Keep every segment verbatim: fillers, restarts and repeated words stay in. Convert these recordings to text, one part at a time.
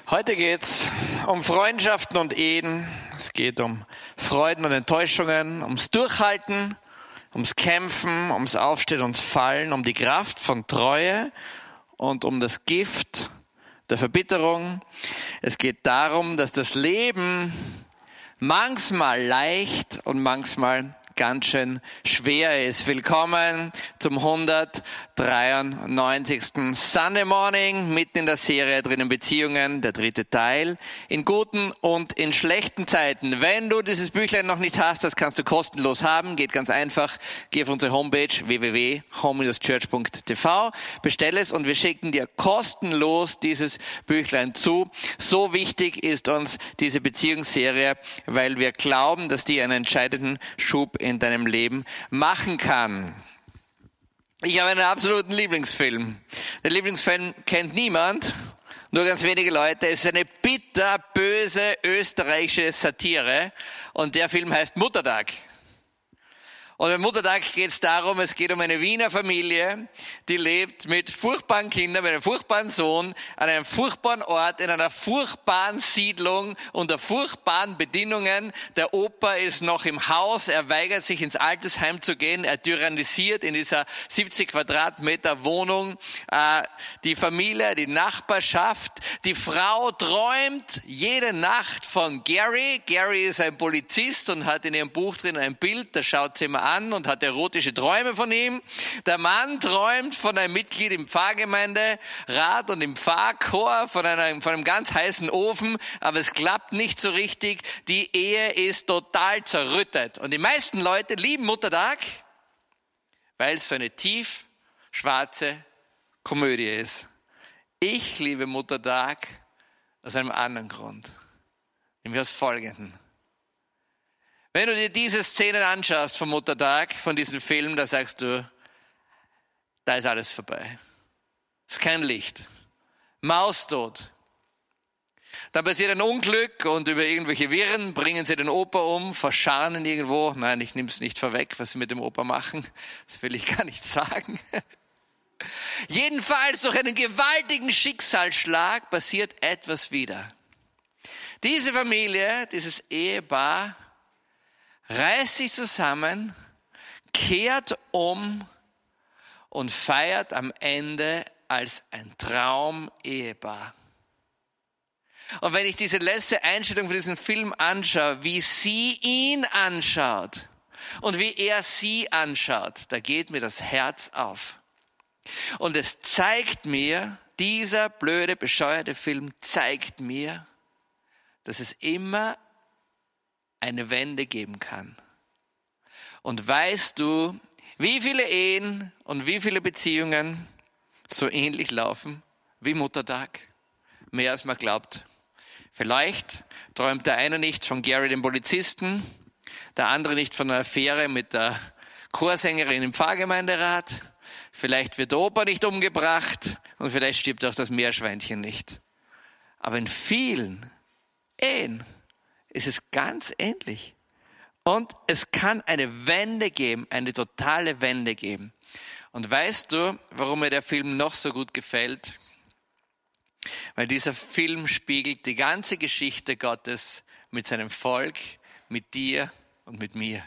Heute geht's um Freundschaften und Ehen. Es geht um Freuden und Enttäuschungen, ums Durchhalten, ums Kämpfen, ums Aufstehen und Fallen, um die Kraft von Treue und um das Gift der Verbitterung. Es geht darum, dass das Leben manchmal leicht und manchmal ganz schön schwer ist. Willkommen zum hundertdreiundneunzigsten Sunday Morning, mitten in der Serie Drinnen Beziehungen, der dritte Teil, in guten und in schlechten Zeiten. Wenn du dieses Büchlein noch nicht hast, das kannst du kostenlos haben, geht ganz einfach, geh auf unsere Homepage w w w punkt home dash church punkt t v, bestell es und wir schicken dir kostenlos dieses Büchlein zu. So wichtig ist uns diese Beziehungsserie, weil wir glauben, dass die einen entscheidenden Schub in deinem Leben machen kann. Ich habe einen absoluten Lieblingsfilm. Den Lieblingsfilm kennt niemand, nur ganz wenige Leute. Es ist eine bitterböse österreichische Satire und der Film heißt Muttertag. Und beim Muttertag geht es darum, es geht um eine Wiener Familie, die lebt mit furchtbaren Kindern, mit einem furchtbaren Sohn, an einem furchtbaren Ort, in einer furchtbaren Siedlung, unter furchtbaren Bedingungen. Der Opa ist noch im Haus, er weigert sich ins Altersheim zu gehen, er tyrannisiert in dieser siebzig Quadratmeter Wohnung. Äh, die Familie, die Nachbarschaft, die Frau träumt jede Nacht von Gary. Gary ist ein Polizist und hat in ihrem Buch drin ein Bild, da schaut sie immer an und hat erotische Träume von ihm. Der Mann träumt von einem Mitglied im Pfarrgemeinderat und im Pfarrchor, von, einer, von einem ganz heißen Ofen, aber es klappt nicht so richtig. Die Ehe ist total zerrüttet. Und die meisten Leute lieben Muttertag, weil es so eine tief schwarze Komödie ist. Ich liebe Muttertag aus einem anderen Grund, nämlich aus folgendem. Wenn du dir diese Szenen anschaust vom Muttertag, von diesem Film, da sagst du, da ist alles vorbei. Es ist kein Licht. Maustot. Dann passiert ein Unglück und über irgendwelche Wirren bringen sie den Opa um, verscharren ihn irgendwo. Nein, ich nehme es nicht vorweg, was sie mit dem Opa machen. Das will ich gar nicht sagen. Jedenfalls durch einen gewaltigen Schicksalsschlag passiert etwas wieder. Diese Familie, dieses Ehepaar, reißt sich zusammen, kehrt um und feiert am Ende als ein Traum-Ehepaar. Und wenn ich diese letzte Einstellung von diesem Film anschaue, wie sie ihn anschaut und wie er sie anschaut, da geht mir das Herz auf. Und es zeigt mir, dieser blöde, bescheuerte Film zeigt mir, dass es immer eine Wende geben kann. Und weißt du, wie viele Ehen und wie viele Beziehungen so ähnlich laufen wie Muttertag? Mehr als man glaubt. Vielleicht träumt der eine nicht von Gary dem Polizisten, der andere nicht von einer Affäre mit der Chorsängerin im Pfarrgemeinderat. Vielleicht wird der Opa nicht umgebracht und vielleicht stirbt auch das Meerschweinchen nicht. Aber in vielen Ehen ist es ganz ähnlich. Und es kann eine Wende geben, eine totale Wende geben. Und weißt du, warum mir der Film noch so gut gefällt? Weil dieser Film spiegelt die ganze Geschichte Gottes mit seinem Volk, mit dir und mit mir.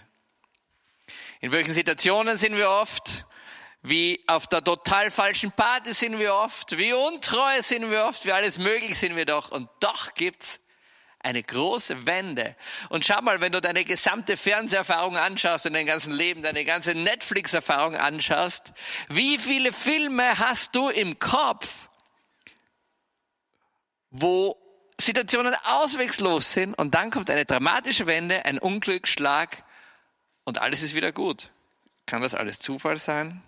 In welchen Situationen sind wir oft? Wie auf der total falschen Party sind wir oft? Wie untreu sind wir oft? Wie alles möglich sind wir doch. Und doch gibt's eine große Wende. Und schau mal, wenn du deine gesamte Fernseherfahrung anschaust und dein ganzes Leben, deine ganze Netflix-Erfahrung anschaust, wie viele Filme hast du im Kopf, wo Situationen auswegslos sind und dann kommt eine dramatische Wende, ein Unglücksschlag und alles ist wieder gut. Kann das alles Zufall sein?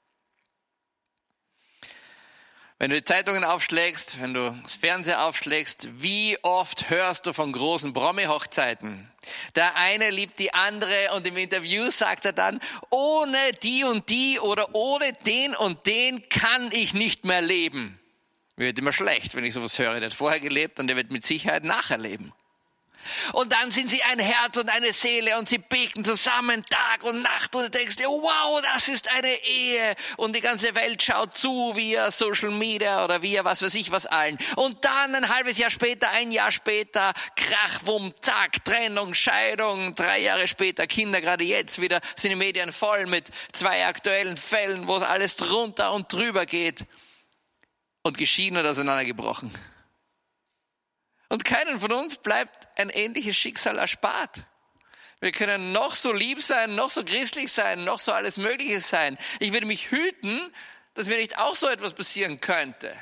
Wenn du die Zeitungen aufschlägst, wenn du das Fernseher aufschlägst, wie oft hörst du von großen Promi-Hochzeiten? Der eine liebt die andere und im Interview sagt er dann, ohne die und die oder ohne den und den kann ich nicht mehr leben. Mir wird immer schlecht, wenn ich sowas höre. Der hat vorher gelebt und der wird mit Sicherheit nachher leben. Und dann sind sie ein Herz und eine Seele und sie beten zusammen Tag und Nacht und du denkst dir, wow, das ist eine Ehe. Und die ganze Welt schaut zu via Social Media oder via was weiß ich was allen. Und dann ein halbes Jahr später, ein Jahr später, Krach, Wumm, Zack, Trennung, Scheidung. Drei Jahre später, Kinder gerade jetzt wieder, sind die Medien voll mit zwei aktuellen Fällen, wo es alles drunter und drüber geht. Und geschieden und auseinandergebrochen. Und keinen von uns bleibt ein ähnliches Schicksal erspart. Wir können noch so lieb sein, noch so christlich sein, noch so alles Mögliche sein. Ich würde mich hüten, dass mir nicht auch so etwas passieren könnte.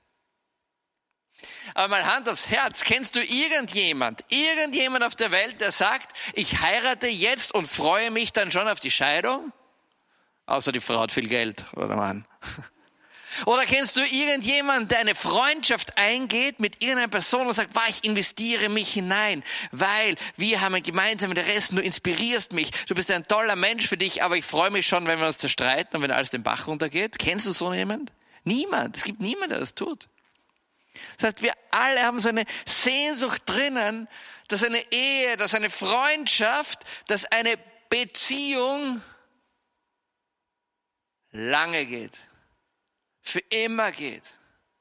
Aber mal Hand aufs Herz, kennst du irgendjemand, irgendjemand auf der Welt, der sagt, ich heirate jetzt und freue mich dann schon auf die Scheidung? Außer die Frau hat viel Geld, oder der Mann. Oder kennst du irgendjemanden, der eine Freundschaft eingeht mit irgendeiner Person und sagt, wow, ich investiere mich hinein, weil wir haben ein gemeinsames Interesse, du inspirierst mich, du bist ein toller Mensch für dich, aber ich freue mich schon, wenn wir uns zerstreiten und wenn alles den Bach runtergeht. Kennst du so jemanden? Niemand. Es gibt niemanden, der das tut. Das heißt, wir alle haben so eine Sehnsucht drinnen, dass eine Ehe, dass eine Freundschaft, dass eine Beziehung lange geht. Für immer geht.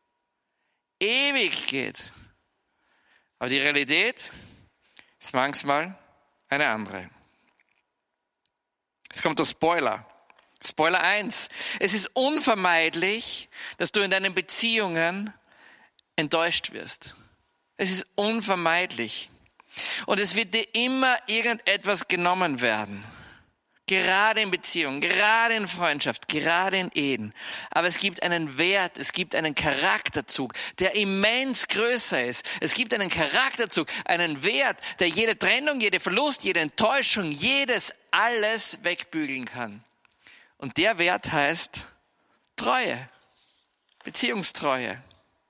Ewig geht. Aber die Realität ist manchmal eine andere. Jetzt kommt der Spoiler. Spoiler eins. Es ist unvermeidlich, dass du in deinen Beziehungen enttäuscht wirst. Es ist unvermeidlich. Und es wird dir immer irgendetwas genommen werden. Gerade in Beziehungen, gerade in Freundschaft, gerade in Ehen. Aber es gibt einen Wert, es gibt einen Charakterzug, der immens größer ist. Es gibt einen Charakterzug, einen Wert, der jede Trennung, jede Verlust, jede Enttäuschung, jedes, alles wegbügeln kann. Und der Wert heißt Treue, Beziehungstreue.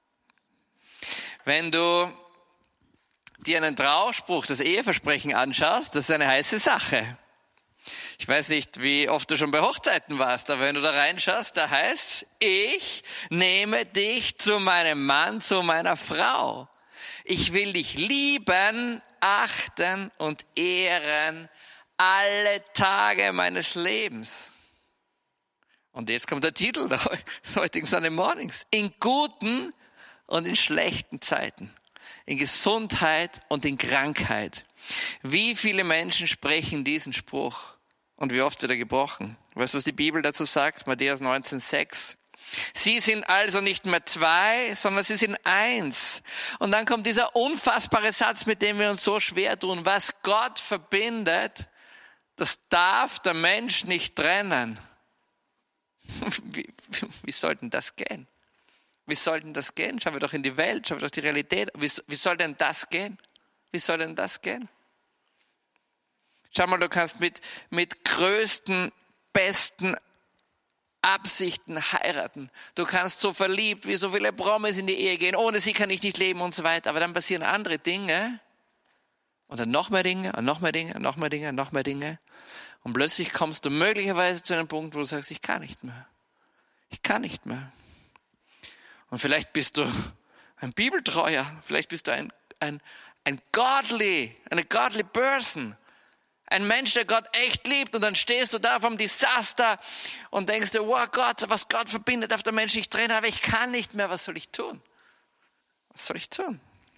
Wenn du dir einen Trauspruch, das Eheversprechen anschaust, das ist eine heiße Sache. Ich weiß nicht, wie oft du schon bei Hochzeiten warst, aber wenn du da reinschaust, da heißt, ich nehme dich zu meinem Mann, zu meiner Frau. Ich will dich lieben, achten und ehren alle Tage meines Lebens. Und jetzt kommt der Titel der heutigen Sunday Mornings. In guten und in schlechten Zeiten. In Gesundheit und in Krankheit. Wie viele Menschen sprechen diesen Spruch? Und wie oft wird er gebrochen? Weißt du, was die Bibel dazu sagt? Matthäus neunzehn sechs. Sie sind also nicht mehr zwei, sondern sie sind eins. Und dann kommt dieser unfassbare Satz, mit dem wir uns so schwer tun. Was Gott verbindet, das darf der Mensch nicht trennen. Wie, wie soll denn das gehen? Wie soll denn das gehen? Schauen wir doch in die Welt, schauen wir doch die Realität. Wie, wie soll denn das gehen? Wie soll denn das gehen? Schau mal, du kannst mit, mit größten, besten Absichten heiraten. Du kannst so verliebt wie so viele Promis in die Ehe gehen. Ohne sie kann ich nicht leben und so weiter. Aber dann passieren andere Dinge. Und dann noch mehr Dinge und noch mehr Dinge und noch mehr Dinge und noch mehr Dinge. Und plötzlich kommst du möglicherweise zu einem Punkt, wo du sagst, ich kann nicht mehr. Ich kann nicht mehr. Und vielleicht bist du ein Bibeltreuer. Vielleicht bist du ein, ein, ein godly, eine godly person. Ein Mensch, der Gott echt liebt, und dann stehst du da vom Desaster und denkst dir, wow Gott, was Gott verbindet, darf der Mensch nicht trennen, aber ich kann nicht mehr, was soll ich tun? Was soll ich tun?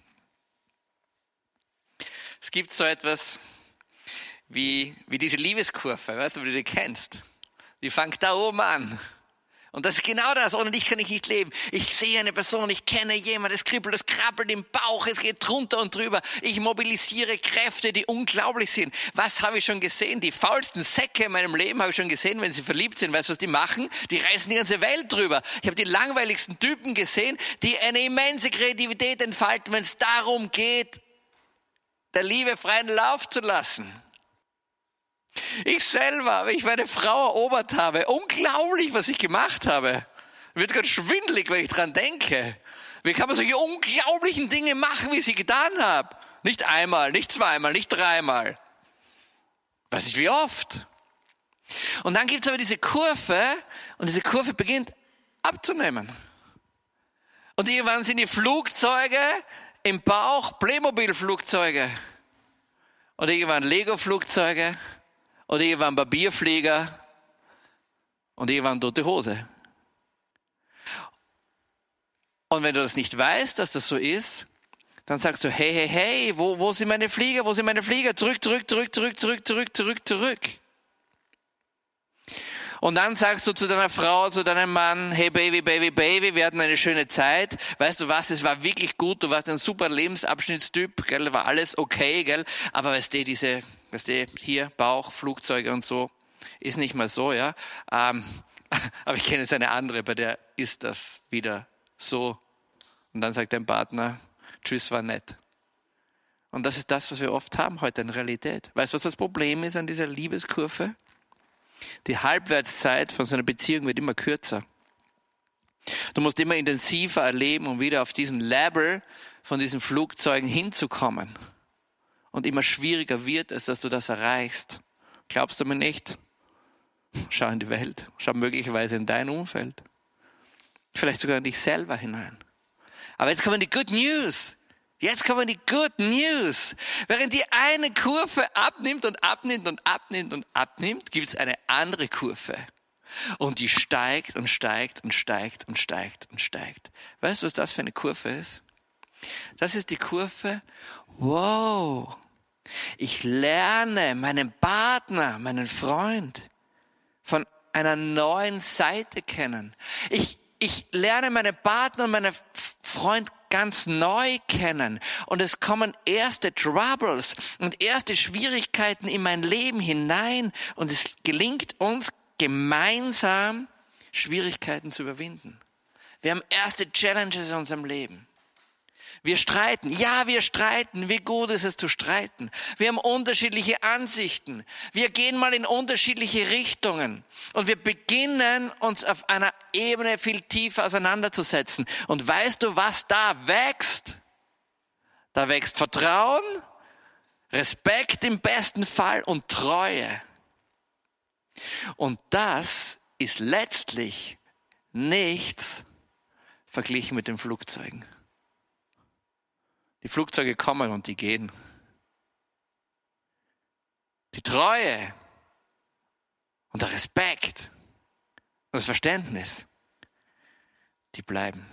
Es gibt so etwas wie, wie diese Liebeskurve, weißt du, wie du die kennst. Die fängt da oben an. Und das ist genau das. Ohne dich kann ich nicht leben. Ich sehe eine Person, ich kenne jemanden, es kribbelt, es krabbelt im Bauch, es geht drunter und drüber. Ich mobilisiere Kräfte, die unglaublich sind. Was habe ich schon gesehen? Die faulsten Säcke in meinem Leben habe ich schon gesehen, wenn sie verliebt sind. Weißt du, was die machen? Die reißen die ganze Welt drüber. Ich habe die langweiligsten Typen gesehen, die eine immense Kreativität entfalten, wenn es darum geht, der Liebe freien Lauf zu lassen. Ich selber, wenn ich meine Frau erobert habe, unglaublich, was ich gemacht habe. Wird ganz schwindelig, wenn ich dran denke. Wie kann man solche unglaublichen Dinge machen, wie ich sie getan habe? Nicht einmal, nicht zweimal, nicht dreimal. Weiß nicht wie oft. Und dann gibt es aber diese Kurve, und diese Kurve beginnt abzunehmen. Und irgendwann sind die Flugzeuge im Bauch Playmobil-Flugzeuge. und irgendwann Lego-Flugzeuge und irgendwann Papierflieger und irgendwann tote Hose. Und wenn du das nicht weißt, dass das so ist, dann sagst du, hey, hey, hey, wo, wo sind meine Flieger, wo sind meine Flieger? Zurück, zurück, zurück, zurück, zurück, zurück, zurück, zurück. Und dann sagst du zu deiner Frau, zu deinem Mann, hey Baby, Baby, Baby, wir hatten eine schöne Zeit. Weißt du was, es war wirklich gut, du warst ein super Lebensabschnittstyp, gell, war alles okay, gell. Aber weißt du, diese, weißt du, hier Bauch, Flugzeuge und so, ist nicht mal so, ja. Ähm, aber ich kenne jetzt eine andere, bei der ist das wieder so. Und dann sagt dein Partner, tschüss, war nett. Und das ist das, was wir oft haben heute in Realität. Weißt du, was das Problem ist an dieser Liebeskurve? Die Halbwertszeit von so einer Beziehung wird immer kürzer. Du musst immer intensiver erleben, um wieder auf diesen Level von diesen Flugzeugen hinzukommen. Und immer schwieriger wird es, dass du das erreichst. Glaubst du mir nicht? Schau in die Welt. Schau möglicherweise in dein Umfeld. Vielleicht sogar in dich selber hinein. Aber jetzt kommen die Good News. Jetzt kommen die Good News. Während die eine Kurve abnimmt und abnimmt und abnimmt und abnimmt, gibt es eine andere Kurve. Und die steigt und steigt und steigt und steigt und steigt. Weißt du, was das für eine Kurve ist? Das ist die Kurve, wow, ich lerne meinen Partner, meinen Freund von einer neuen Seite kennen. Ich, ich lerne meinen Partner und meinen Freund ganz neu kennen. Und es kommen erste Troubles und erste Schwierigkeiten in mein Leben hinein. Und es gelingt uns gemeinsam, Schwierigkeiten zu überwinden. Wir haben erste Challenges in unserem Leben. Wir streiten. Ja, wir streiten. Wie gut ist es zu streiten? Wir haben unterschiedliche Ansichten. Wir gehen mal in unterschiedliche Richtungen. Und wir beginnen, uns auf einer Ebene viel tiefer auseinanderzusetzen. Und weißt du, was da wächst? Da wächst Vertrauen, Respekt im besten Fall und Treue. Und das ist letztlich nichts verglichen mit den Flugzeugen. Die Flugzeuge kommen und die gehen. Die Treue und der Respekt und das Verständnis, die bleiben.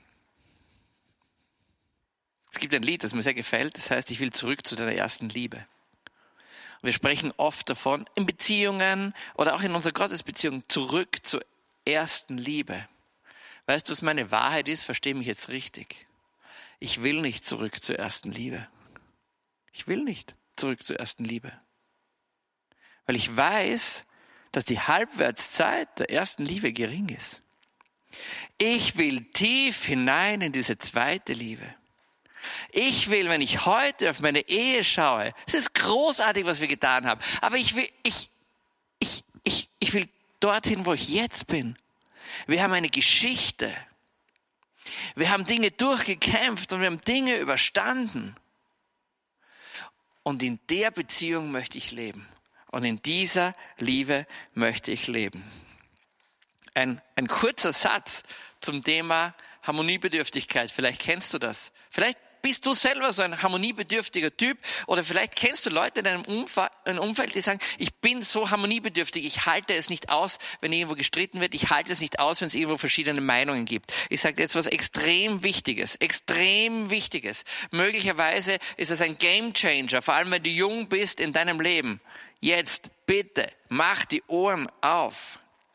Es gibt ein Lied, das mir sehr gefällt, das heißt, ich will zurück zu deiner ersten Liebe. Wir sprechen oft davon, in Beziehungen oder auch in unserer Gottesbeziehung, zurück zur ersten Liebe. Weißt du, was meine Wahrheit ist? Versteh mich jetzt richtig. Ich will nicht zurück zur ersten Liebe. Ich will nicht zurück zur ersten Liebe. Weil ich weiß, dass die Halbwertszeit der ersten Liebe gering ist. Ich will tief hinein in diese zweite Liebe. Ich will, wenn ich heute auf meine Ehe schaue, es ist großartig, was wir getan haben, aber ich will, ich, ich, ich, ich will dorthin, wo ich jetzt bin. Wir haben eine Geschichte. Wir haben Dinge durchgekämpft und wir haben Dinge überstanden. Und in der Beziehung möchte ich leben. Und in dieser Liebe möchte ich leben. Ein, ein kurzer Satz zum Thema Harmoniebedürftigkeit. Vielleicht kennst du das. Vielleicht bist du selber so ein harmoniebedürftiger Typ oder vielleicht kennst du Leute in deinem Umfeld, die sagen, ich bin so harmoniebedürftig, ich halte es nicht aus, wenn irgendwo gestritten wird, ich halte es nicht aus, wenn es irgendwo verschiedene Meinungen gibt. Ich sage jetzt was extrem Wichtiges, extrem Wichtiges. Möglicherweise ist es ein Gamechanger, vor allem wenn du jung bist in deinem Leben. Jetzt bitte, mach die Ohren auf.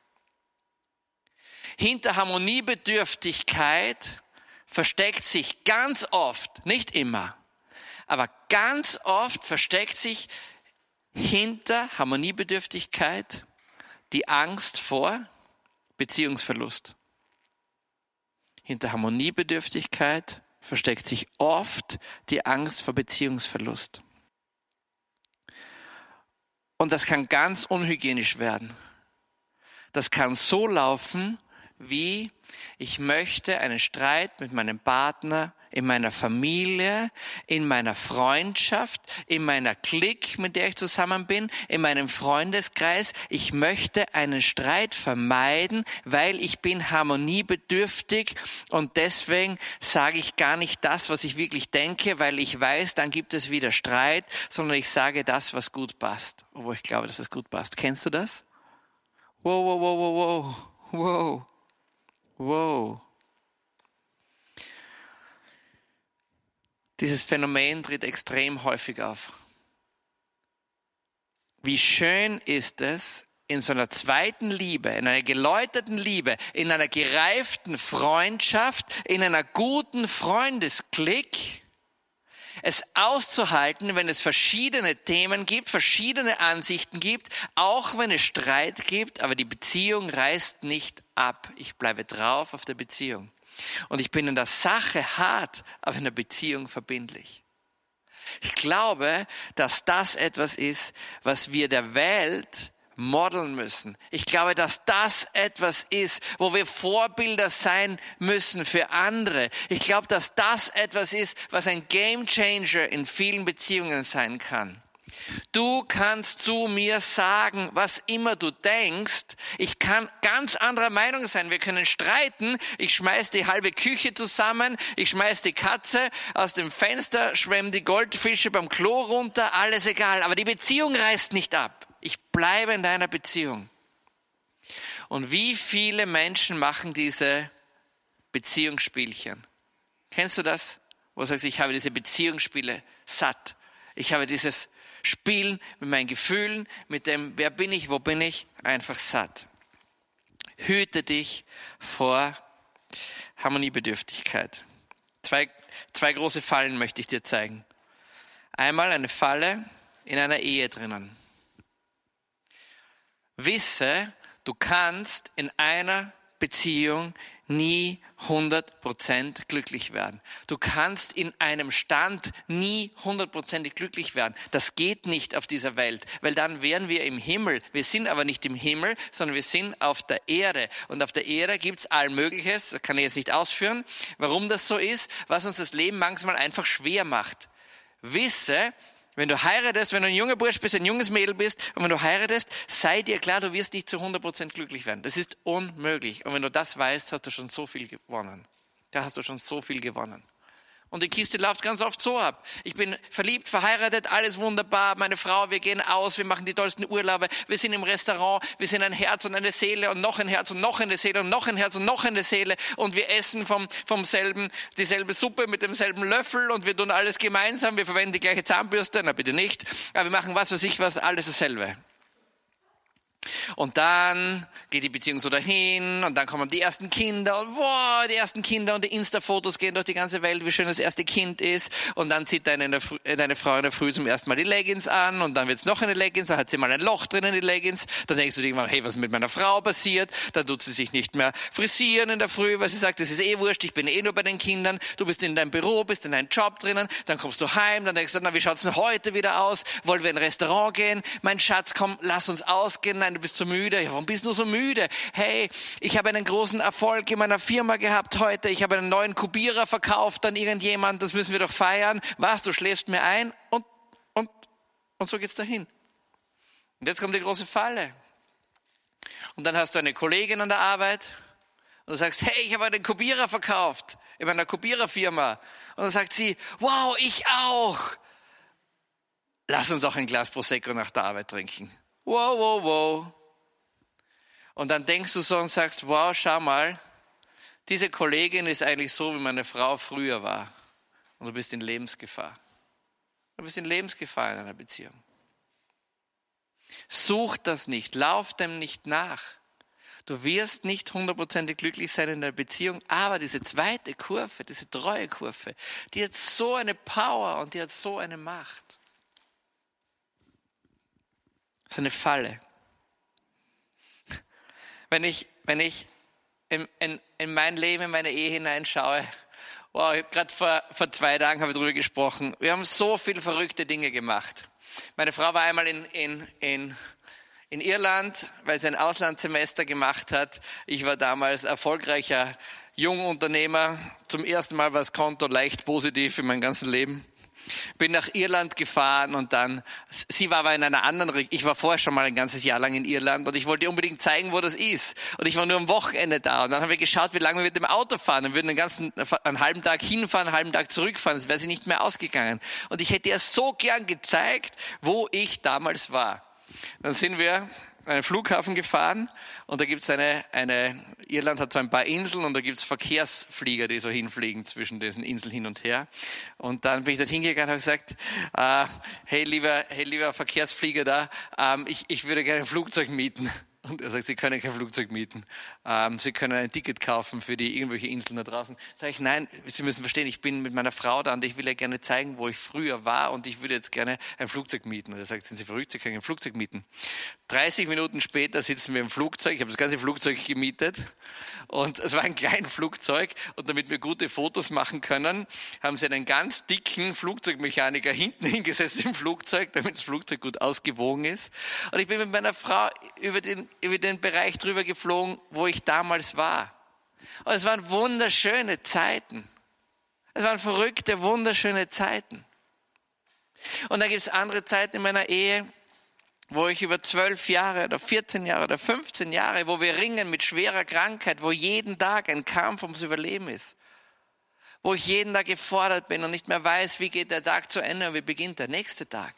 Hinter Harmoniebedürftigkeit versteckt sich ganz oft, nicht immer, aber ganz oft versteckt sich hinter Harmoniebedürftigkeit die Angst vor Beziehungsverlust. Hinter Harmoniebedürftigkeit versteckt sich oft die Angst vor Beziehungsverlust. Und das kann ganz unhygienisch werden. Das kann so laufen, wie ich möchte einen Streit mit meinem Partner in meiner Familie, in meiner Freundschaft, in meiner Clique, mit der ich zusammen bin, in meinem Freundeskreis. Ich möchte einen Streit vermeiden, weil ich bin harmoniebedürftig und deswegen sage ich gar nicht das, was ich wirklich denke, weil ich weiß, dann gibt es wieder Streit, sondern ich sage das, was gut passt, obwohl ich glaube, dass es gut passt. Kennst du das? Wow, wow, wow, wow, wow, wow, wow. Dieses Phänomen tritt extrem häufig auf. Wie schön ist es, in so einer zweiten Liebe, in einer geläuterten Liebe, in einer gereiften Freundschaft, in einer guten Freundesklick, es auszuhalten, wenn es verschiedene Themen gibt, verschiedene Ansichten gibt, auch wenn es Streit gibt, aber die Beziehung reißt nicht ab. Ich bleibe drauf auf der Beziehung. Und ich bin in der Sache hart, aber in der Beziehung verbindlich. Ich glaube, dass das etwas ist, was wir der Welt modeln müssen. Ich glaube, dass das etwas ist, wo wir Vorbilder sein müssen für andere. Ich glaube, dass das etwas ist, was ein Gamechanger in vielen Beziehungen sein kann. Du kannst zu mir sagen, was immer du denkst. Ich kann ganz anderer Meinung sein. Wir können streiten. Ich schmeiß die halbe Küche zusammen. Ich schmeiß die Katze aus dem Fenster, schwemmen die Goldfische beim Klo runter. Alles egal. Aber die Beziehung reißt nicht ab. Ich bleibe in deiner Beziehung. Und wie viele Menschen machen diese Beziehungsspielchen? Kennst du das? Wo du sagst, ich habe diese Beziehungsspiele satt. Ich habe dieses Spielen mit meinen Gefühlen, mit dem, wer bin ich, wo bin ich, einfach satt. Hüte dich vor Harmoniebedürftigkeit. Zwei, zwei große Fallen möchte ich dir zeigen. Einmal eine Falle in einer Ehe drinnen. Wisse, du kannst in einer Beziehung nie hundert Prozent glücklich werden. Du kannst in einem Stand nie hundertprozentig glücklich werden. Das geht nicht auf dieser Welt, weil dann wären wir im Himmel. Wir sind aber nicht im Himmel, sondern wir sind auf der Erde. Und auf der Erde gibt's all Mögliches, das kann ich jetzt nicht ausführen, warum das so ist, was uns das Leben manchmal einfach schwer macht. Wisse, wenn du heiratest, wenn du ein junger Bursch bist, ein junges Mädel bist und wenn du heiratest, sei dir klar, du wirst nicht zu hundert Prozent glücklich werden. Das ist unmöglich. Und wenn du das weißt, hast du schon so viel gewonnen. Da hast du schon so viel gewonnen. Und die Kiste läuft ganz oft so ab. Ich bin verliebt, verheiratet, alles wunderbar. Meine Frau, wir gehen aus, wir machen die tollsten Urlaube. Wir sind im Restaurant, wir sind ein Herz und eine Seele und noch ein Herz und noch eine Seele und noch ein Herz und noch eine Seele. Und wir essen vom, vom selben, dieselbe Suppe mit demselben Löffel und wir tun alles gemeinsam. Wir verwenden die gleiche Zahnbürste, na bitte nicht. Aber wir machen was weiß ich was, alles dasselbe. Und dann geht die Beziehung so dahin und dann kommen die ersten Kinder und wow, die ersten Kinder und die Insta-Fotos gehen durch die ganze Welt, wie schön das erste Kind ist. Und dann zieht deine, deine Frau in der Früh zum ersten Mal die Leggings an und dann wird's noch eine Leggings, dann hat sie mal ein Loch drin in die Leggings. Dann denkst du dir irgendwann, hey, was ist mit meiner Frau passiert? Dann tut sie sich nicht mehr frisieren in der Früh, weil sie sagt, das ist eh wurscht, ich bin eh nur bei den Kindern. Du bist in deinem Büro, bist in deinem Job drinnen, dann kommst du heim, dann denkst du, na, wie schaut's denn heute wieder aus? Wollen wir in ein Restaurant gehen? Mein Schatz, komm, lass uns ausgehen. Nein, du bist so müde. Ja, warum bist du so müde? Hey, ich habe einen großen Erfolg in meiner Firma gehabt heute. Ich habe einen neuen Kubierer verkauft an irgendjemand. Das müssen wir doch feiern. Was, du schläfst mir ein? Und, und, und so geht's dahin. Und jetzt kommt die große Falle. Und dann hast du eine Kollegin an der Arbeit und du sagst, hey, ich habe einen Kubierer verkauft in meiner Kubiererfirma. Und dann sagt sie, wow, ich auch. Lass uns auch ein Glas Prosecco nach der Arbeit trinken. Wow, wow, wow. Und dann denkst du so und sagst, wow, schau mal, diese Kollegin ist eigentlich so, wie meine Frau früher war. Und du bist in Lebensgefahr. Du bist in Lebensgefahr in einer Beziehung. Such das nicht, lauf dem nicht nach. Du wirst nicht hundertprozentig glücklich sein in der Beziehung, aber diese zweite Kurve, diese Treuekurve, die hat so eine Power und die hat so eine Macht. Das ist eine Falle. Wenn ich, wenn ich in, in, in mein Leben, in meine Ehe hineinschaue, wow, ich habe gerade vor, vor zwei Tagen habe ich darüber gesprochen, wir haben so viele verrückte Dinge gemacht. Meine Frau war einmal in, in, in, in Irland, weil sie ein Auslandssemester gemacht hat. Ich war damals erfolgreicher Jungunternehmer, zum ersten Mal war das Konto leicht positiv in meinem ganzen Leben. Bin nach Irland gefahren und dann, sie war aber in einer anderen Region, ich war vorher schon mal ein ganzes Jahr lang in Irland und ich wollte ihr unbedingt zeigen, wo das ist. Und ich war nur am Wochenende da und dann haben wir geschaut, wie lange wir mit dem Auto fahren und würden den ganzen, einen halben Tag hinfahren, einen halben Tag zurückfahren, das wäre sie nicht mehr ausgegangen. Und ich hätte ihr so gern gezeigt, wo ich damals war. Dann sind wir an einen Flughafen gefahren und da gibt's eine, eine, Irland hat so ein paar Inseln und da gibt's Verkehrsflieger, die so hinfliegen zwischen diesen Inseln hin und her. Und dann bin ich dort hingegangen und habe gesagt, äh, hey lieber, hey lieber Verkehrsflieger da, ähm, ich, ich würde gerne ein Flugzeug mieten. Und er sagt, Sie können kein Flugzeug mieten. Ähm, Sie können ein Ticket kaufen für die irgendwelche Inseln da draußen. Sag ich, nein, Sie müssen verstehen, ich bin mit meiner Frau da und ich will ja gerne zeigen, wo ich früher war und ich würde jetzt gerne ein Flugzeug mieten. Und er sagt, sind Sie verrückt, Sie können ein Flugzeug mieten. dreißig Minuten später sitzen wir im Flugzeug, ich habe das ganze Flugzeug gemietet und es war ein kleines Flugzeug und damit wir gute Fotos machen können, haben sie einen ganz dicken Flugzeugmechaniker hinten hingesetzt im Flugzeug, damit das Flugzeug gut ausgewogen ist. Und ich bin mit meiner Frau über den über den Bereich drüber geflogen, wo ich damals war. Und es waren wunderschöne Zeiten. Es waren verrückte, wunderschöne Zeiten. Und dann gibt es andere Zeiten in meiner Ehe, wo ich über zwölf Jahre oder vierzehn Jahre oder fünfzehn Jahre, wo wir ringen mit schwerer Krankheit, wo jeden Tag ein Kampf ums Überleben ist. Wo ich jeden Tag gefordert bin und nicht mehr weiß, wie geht der Tag zu Ende und wie beginnt der nächste Tag.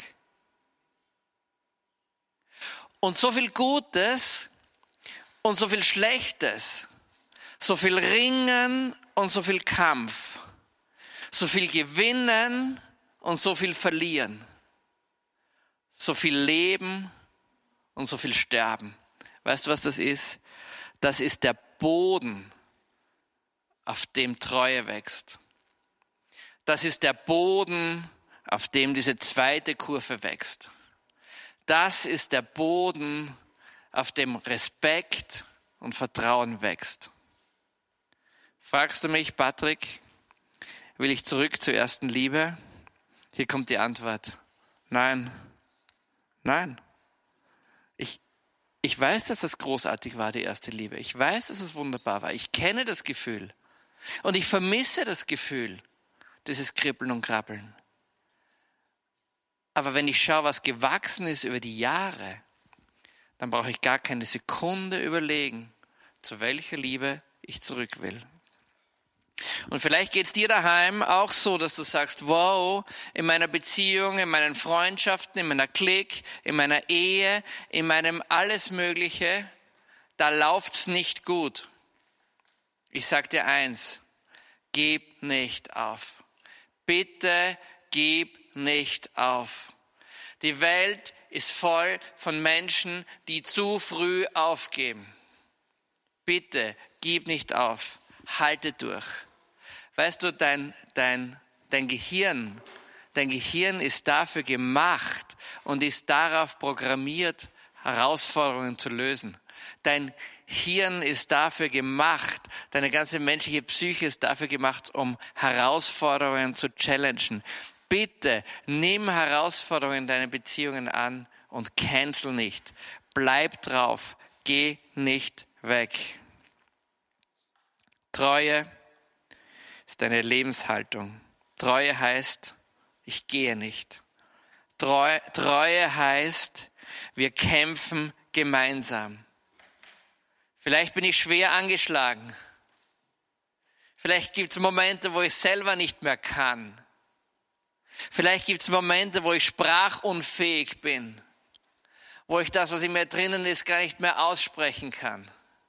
Und so viel Gutes und so viel Schlechtes, so viel Ringen und so viel Kampf, so viel Gewinnen und so viel Verlieren, so viel Leben und so viel Sterben. Weißt du, was das ist? Das ist der Boden, auf dem Treue wächst. Das ist der Boden, auf dem diese zweite Kurve wächst. Das ist der Boden, auf dem Respekt und Vertrauen wächst. Fragst du mich, Patrick, will ich zurück zur ersten Liebe? Hier kommt die Antwort. Nein, nein. Ich, ich weiß, dass das großartig war, die erste Liebe. Ich weiß, dass es wunderbar war. Ich kenne das Gefühl. Und ich vermisse das Gefühl, dieses Kribbeln und Krabbeln. Aber wenn ich schaue, was gewachsen ist über die Jahre, dann brauche ich gar keine Sekunde überlegen, zu welcher Liebe ich zurück will. Und vielleicht geht es dir daheim auch so, dass du sagst, wow, in meiner Beziehung, in meinen Freundschaften, in meiner Clique, in meiner Ehe, in meinem alles Mögliche, da läuft's nicht gut. Ich sag dir eins, gib nicht auf. Bitte gib nicht auf. Die Welt ist voll von Menschen, die zu früh aufgeben. Bitte gib nicht auf. Halte durch. Weißt du, dein, dein, dein Gehirn, dein Gehirn ist dafür gemacht und ist darauf programmiert, Herausforderungen zu lösen. Dein Hirn ist dafür gemacht, deine ganze menschliche Psyche ist dafür gemacht, um Herausforderungen zu challengen. Bitte nimm Herausforderungen in deinen Beziehungen an und cancel nicht. Bleib drauf, geh nicht weg. Treue ist eine Lebenshaltung. Treue heißt, ich gehe nicht. Treue, Treue heißt, wir kämpfen gemeinsam. Vielleicht bin ich schwer angeschlagen. Vielleicht gibt es Momente, wo ich selber nicht mehr kann. Vielleicht gibt es Momente, wo ich sprachunfähig bin. Wo ich das, was in mir drinnen ist, gar nicht mehr aussprechen kann.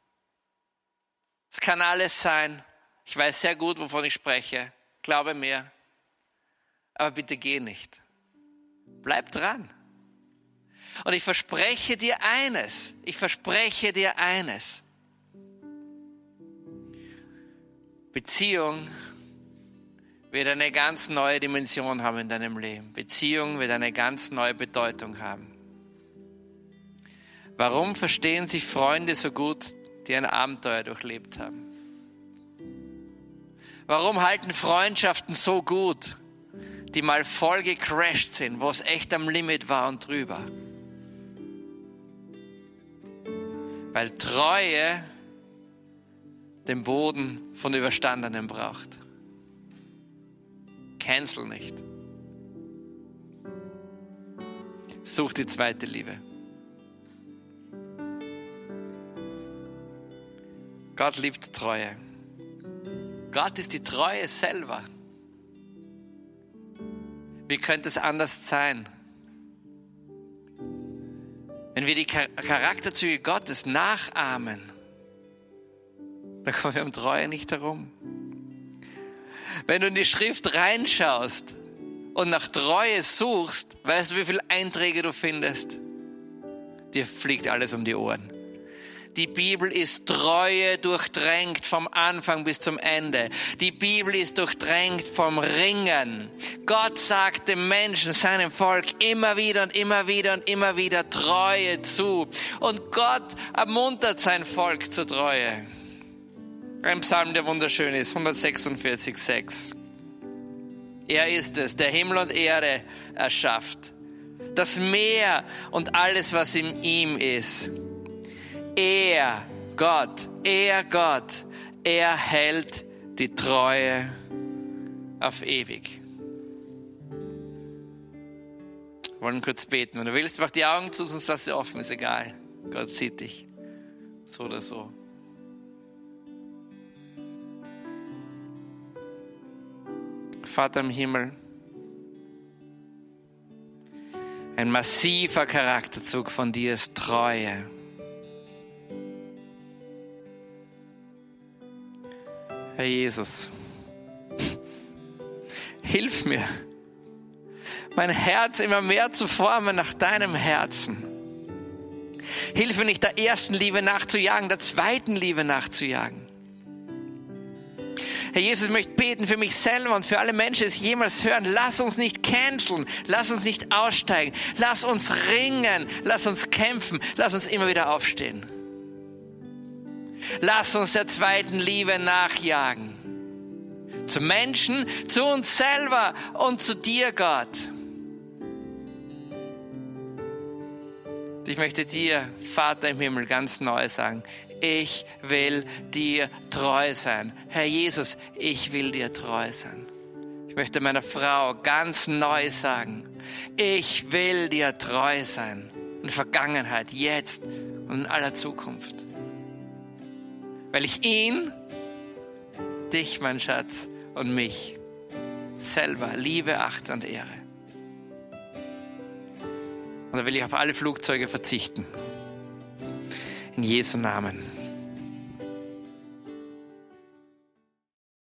Es kann alles sein. Ich weiß sehr gut, wovon ich spreche. Glaube mir. Aber bitte geh nicht. Bleib dran. Und ich verspreche dir eines. Ich verspreche dir eines. Beziehung wird eine ganz neue Dimension haben in deinem Leben. Beziehung wird eine ganz neue Bedeutung haben. Warum verstehen sich Freunde so gut, die ein Abenteuer durchlebt haben? Warum halten Freundschaften so gut, die mal voll gecrashed sind, wo es echt am Limit war und drüber? Weil Treue den Boden von Überstandenen braucht. Cancel nicht. Such die zweite Liebe. Gott liebt Treue. Gott ist die Treue selber. Wie könnte es anders sein? Wenn wir die Charakterzüge Gottes nachahmen, dann kommen wir um Treue nicht herum. Wenn du in die Schrift reinschaust und nach Treue suchst, weißt du, wie viele Einträge du findest? Dir fliegt alles um die Ohren. Die Bibel ist Treue durchdrängt vom Anfang bis zum Ende. Die Bibel ist durchdrängt vom Ringen. Gott sagt dem Menschen, seinem Volk immer wieder und immer wieder und immer wieder Treue zu. Und Gott ermuntert sein Volk zur Treue. Ein Psalm, der wunderschön ist, hundertsechsundvierzig, sechs. Er ist es, der Himmel und Erde erschafft. Das Meer und alles, was in ihm ist. Er, Gott, er, Gott, er hält die Treue auf ewig. Wir wollen kurz beten. Wenn du willst, mach die Augen zu, sonst lass sie offen, ist egal. Gott sieht dich. So oder so. Vater im Himmel, ein massiver Charakterzug von dir ist Treue. Herr Jesus, hilf mir, mein Herz immer mehr zu formen nach deinem Herzen. Hilf mir nicht, der ersten Liebe nachzujagen, der zweiten Liebe nachzujagen. Herr Jesus, ich möchte beten für mich selber und für alle Menschen, die es jemals hören. Lass uns nicht canceln, lass uns nicht aussteigen, lass uns ringen, lass uns kämpfen, lass uns immer wieder aufstehen. Lass uns der zweiten Liebe nachjagen. Zu Menschen, zu uns selber und zu dir, Gott. Ich möchte dir, Vater im Himmel, ganz neu sagen, ich will dir treu sein. Herr Jesus, ich will dir treu sein. Ich möchte meiner Frau ganz neu sagen, ich will dir treu sein. In Vergangenheit, jetzt und in aller Zukunft. Weil ich ihn, dich, mein Schatz, und mich selber liebe, achte und ehre. Und da will ich auf alle Flugzeuge verzichten. In Jesu Namen.